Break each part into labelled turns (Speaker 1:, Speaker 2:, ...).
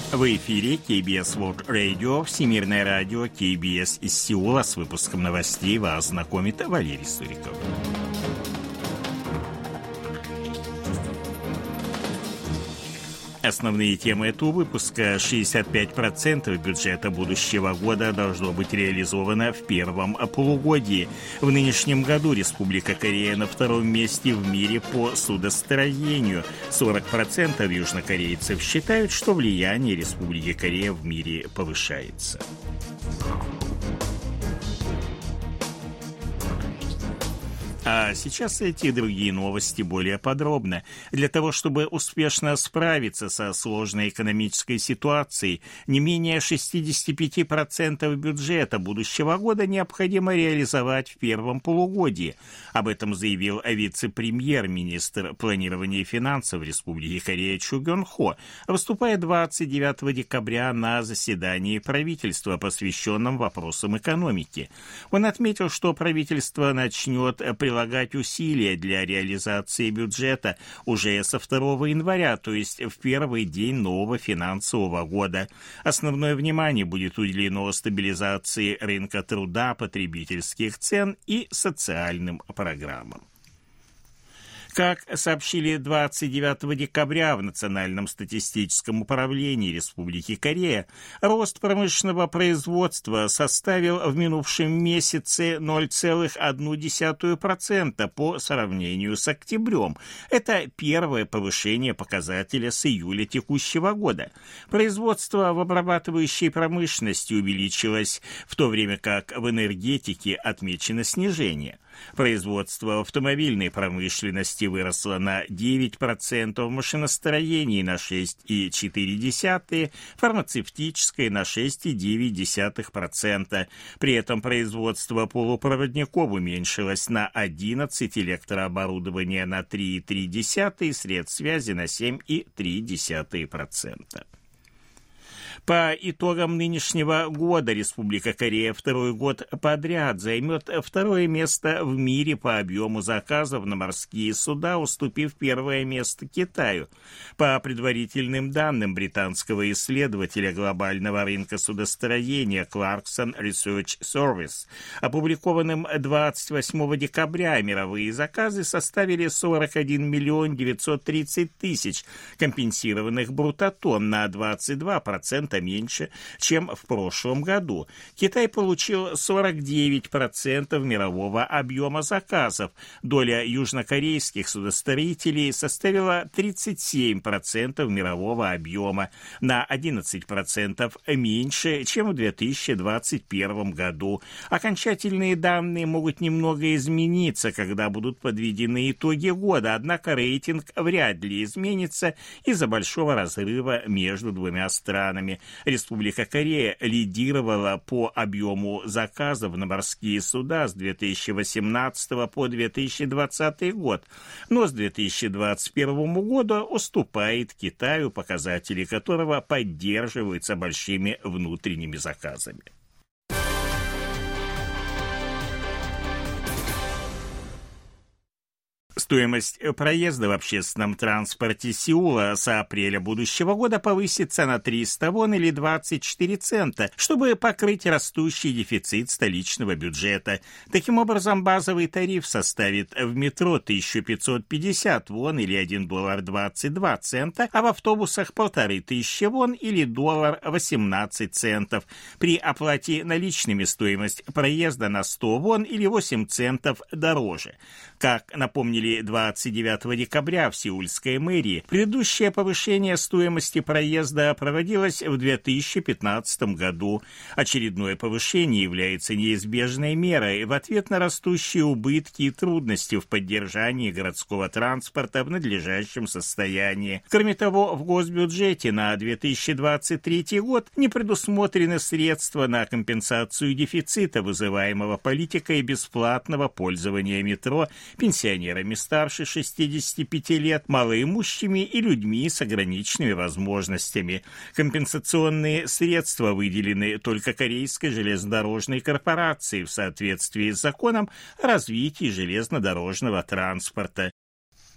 Speaker 1: В эфире KBS World Radio, Всемирное радио KBS из Сеула. С выпуском новостей вас знакомит Валерий Суриков. Основные темы этого выпуска. 65% бюджета будущего года должно быть реализовано в первом полугодии. В нынешнем году Республика Корея на втором месте в мире по судостроению. 40% южнокорейцев считают, что влияние Республики Корея в мире повышается. А сейчас эти и другие новости более подробно. Для того, чтобы успешно справиться со сложной экономической ситуацией, не менее 65% бюджета будущего года необходимо реализовать в первом полугодии. Об этом заявил вице-премьер-министр планирования и финансов Республики Корея Чу Гён Хо, выступая 29 декабря на заседании правительства, посвященном вопросам экономики. Он отметил, что правительство начнет прилагать усилия для реализации бюджета уже со 2 января, то есть в первый день нового финансового года. Основное внимание будет уделено стабилизации рынка труда, потребительских цен и социальным программам. Как сообщили 29 декабря в Национальном статистическом управлении Республики Корея, рост промышленного производства составил в минувшем месяце 0,1% по сравнению с октябрем. Это первое повышение показателя с июля текущего года. Производство в обрабатывающей промышленности увеличилось, в то время как в энергетике отмечено снижение. Производство автомобильной промышленности выросло на 9%, в машиностроении на 6,4%, фармацевтической на 6,9%. При этом производство полупроводников уменьшилось на 11%, электрооборудование на 3,3%, средств связи на 7,3%. По итогам нынешнего года Республика Корея второй год подряд займет второе место в мире по объему заказов на морские суда, уступив первое место Китаю. По предварительным данным британского исследователя глобального рынка судостроения Clarkson Research Service, опубликованным 28 декабря, мировые заказы составили 41 миллион 930 тысяч компенсированных брутотонн, на 22% меньше, чем в прошлом году. Китай получил 49% мирового объема заказов. Доля южнокорейских судостроителей составила 37% мирового объема, на 11% меньше, чем в 2021 году. Окончательные данные могут немного измениться, когда будут подведены итоги года, однако рейтинг вряд ли изменится из-за большого разрыва между двумя странами. Республика Корея лидировала по объему заказов на морские суда с 2018 по 2020 год, но с 2021 года уступает Китаю, показатели которого поддерживаются большими внутренними заказами. Стоимость проезда в общественном транспорте Сеула с апреля будущего года повысится на 300 вон или 24 цента, чтобы покрыть растущий дефицит столичного бюджета. Таким образом, базовый тариф составит в метро 1550 вон или $1.22, а в автобусах 1500 вон или $1.18. При оплате наличными стоимость проезда на 100 вон или 8 центов дороже. Как напомнили 29 декабря в сеульской мэрии, предыдущее повышение стоимости проезда проводилось в 2015 году. Очередное повышение является неизбежной мерой в ответ на растущие убытки и трудности в поддержании городского транспорта в надлежащем состоянии. Кроме того, в госбюджете на 2023 год не предусмотрены средства на компенсацию дефицита, вызываемого политикой бесплатного пользования метро пенсионерами старше 65 лет, малоимущими и людьми с ограниченными возможностями. Компенсационные средства выделены только Корейской железнодорожной корпорации в соответствии с законом о развитии железнодорожного транспорта.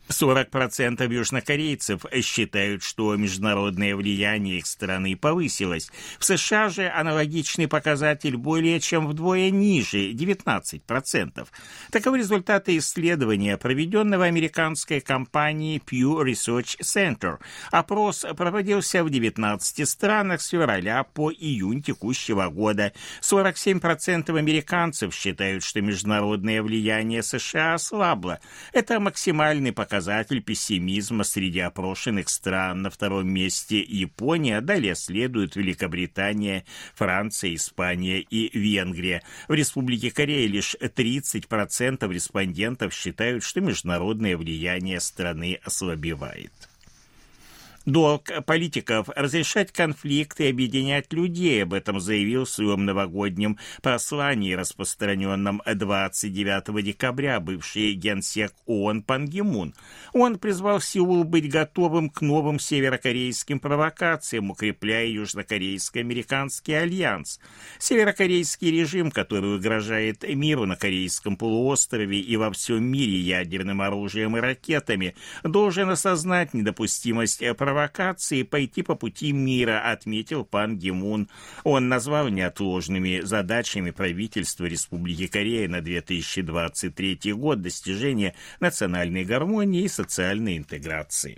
Speaker 1: 40% южнокорейцев считают, что международное влияние их страны повысилось. В США же аналогичный показатель более чем вдвое ниже – 19%. Таковы результаты исследования, проведенного американской компанией Pew Research Center. Опрос проводился в 19 странах с февраля по июнь текущего года. 47% американцев считают, что международное влияние США ослабло. Это максимальный показатель пессимизма среди опрошенных стран. На втором месте Япония, далее следуют Великобритания, Франция, Испания и Венгрия. В Республике Корея лишь 30% респондентов считают, что международное влияние страны ослабевает. Долг политиков – разрешать конфликты и объединять людей. Об этом заявил в своем новогоднем послании, распространенном 29 декабря, бывший генсек ООН Пан Ги Мун. Он призвал Сеул быть готовым к новым северокорейским провокациям, укрепляя южнокорейско-американский альянс. Северокорейский режим, который угрожает миру на Корейском полуострове и во всем мире ядерным оружием и ракетами, должен осознать недопустимость провокации и пойти по пути мира, отметил Пан Ги Мун. Он назвал неотложными задачами правительства Республики Корея на 2023 год достижение национальной гармонии и социальной интеграции.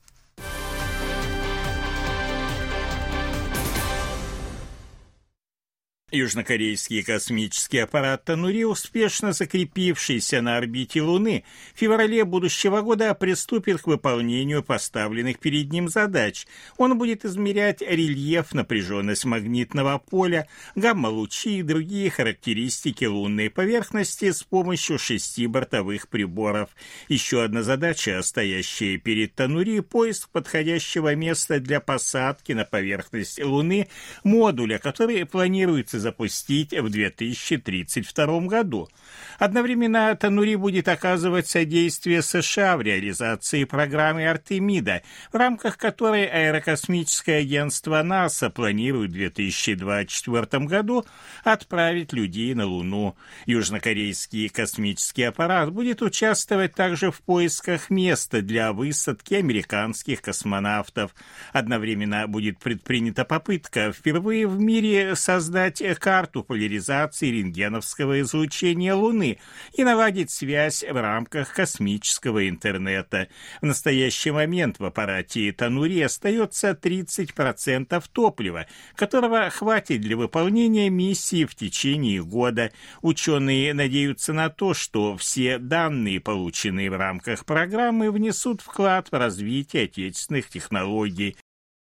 Speaker 1: Южнокорейский космический аппарат Танури, успешно закрепившийся на орбите Луны, в феврале будущего года приступит к выполнению поставленных перед ним задач. Он будет измерять рельеф, напряженность магнитного поля, гамма-лучи и другие характеристики лунной поверхности с помощью 6 бортовых приборов. Еще одна задача, стоящая перед Танури, поиск подходящего места для посадки на поверхность Луны модуля, который планируется запустить в 2032 году. Одновременно Танури будет оказывать содействие США в реализации программы Артемида, в рамках которой аэрокосмическое агентство НАСА планирует в 2024 году отправить людей на Луну. Южнокорейский космический аппарат будет участвовать также в поисках места для высадки американских космонавтов. Одновременно будет предпринята попытка впервые в мире создать карту поляризации рентгеновского излучения Луны и наладить связь в рамках космического интернета. В настоящий момент в аппарате Танури остается 30% топлива, которого хватит для выполнения миссии в течение года. Ученые надеются на то, что все данные, полученные в рамках программы, внесут вклад в развитие отечественных технологий.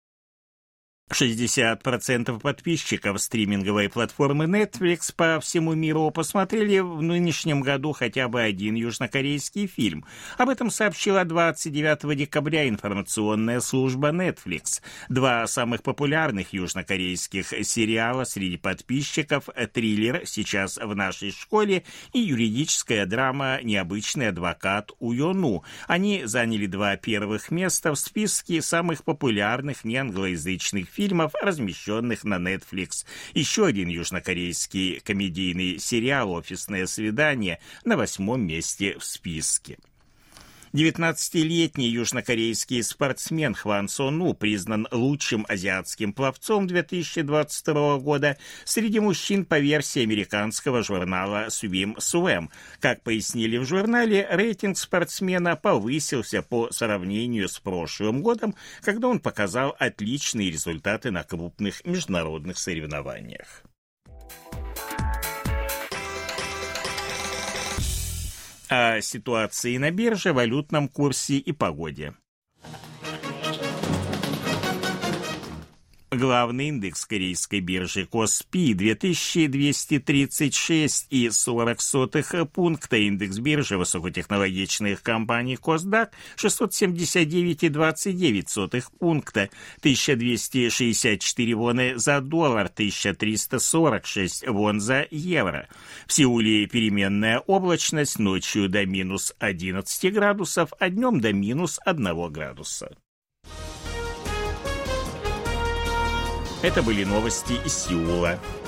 Speaker 1: 60% подписчиков стриминговой платформы Netflix по всему миру посмотрели в нынешнем году хотя бы один южнокорейский фильм. Об этом сообщила 29 декабря информационная служба Netflix. Два самых популярных южнокорейских сериала среди подписчиков — триллер «Сейчас в нашей школе» и юридическая драма «Необычный адвокат Уйону». Они заняли 2 первых места в списке самых популярных неанглоязычных фильмов, размещенных на Netflix. Еще один южнокорейский комедийный сериал «Офисное свидание» на 8-м месте в списке. 19-летний южнокорейский спортсмен Хван Сону признан лучшим азиатским пловцом 2022 года среди мужчин по версии американского журнала Swim Swam. Как пояснили в журнале, рейтинг спортсмена повысился по сравнению с прошлым годом, когда он показал отличные результаты на крупных международных соревнованиях. О ситуации на бирже, валютном курсе и погоде. Главный индекс корейской биржи Коспи 2236,40 пункта. Индекс биржи высокотехнологичных компаний Косдак 679,29 пункта. 1264 воны за доллар, 1346 вон за евро. В Сеуле переменная облачность, ночью до минус 11 градусов, а днем до минус 1 градуса. Это были новости из Сеула.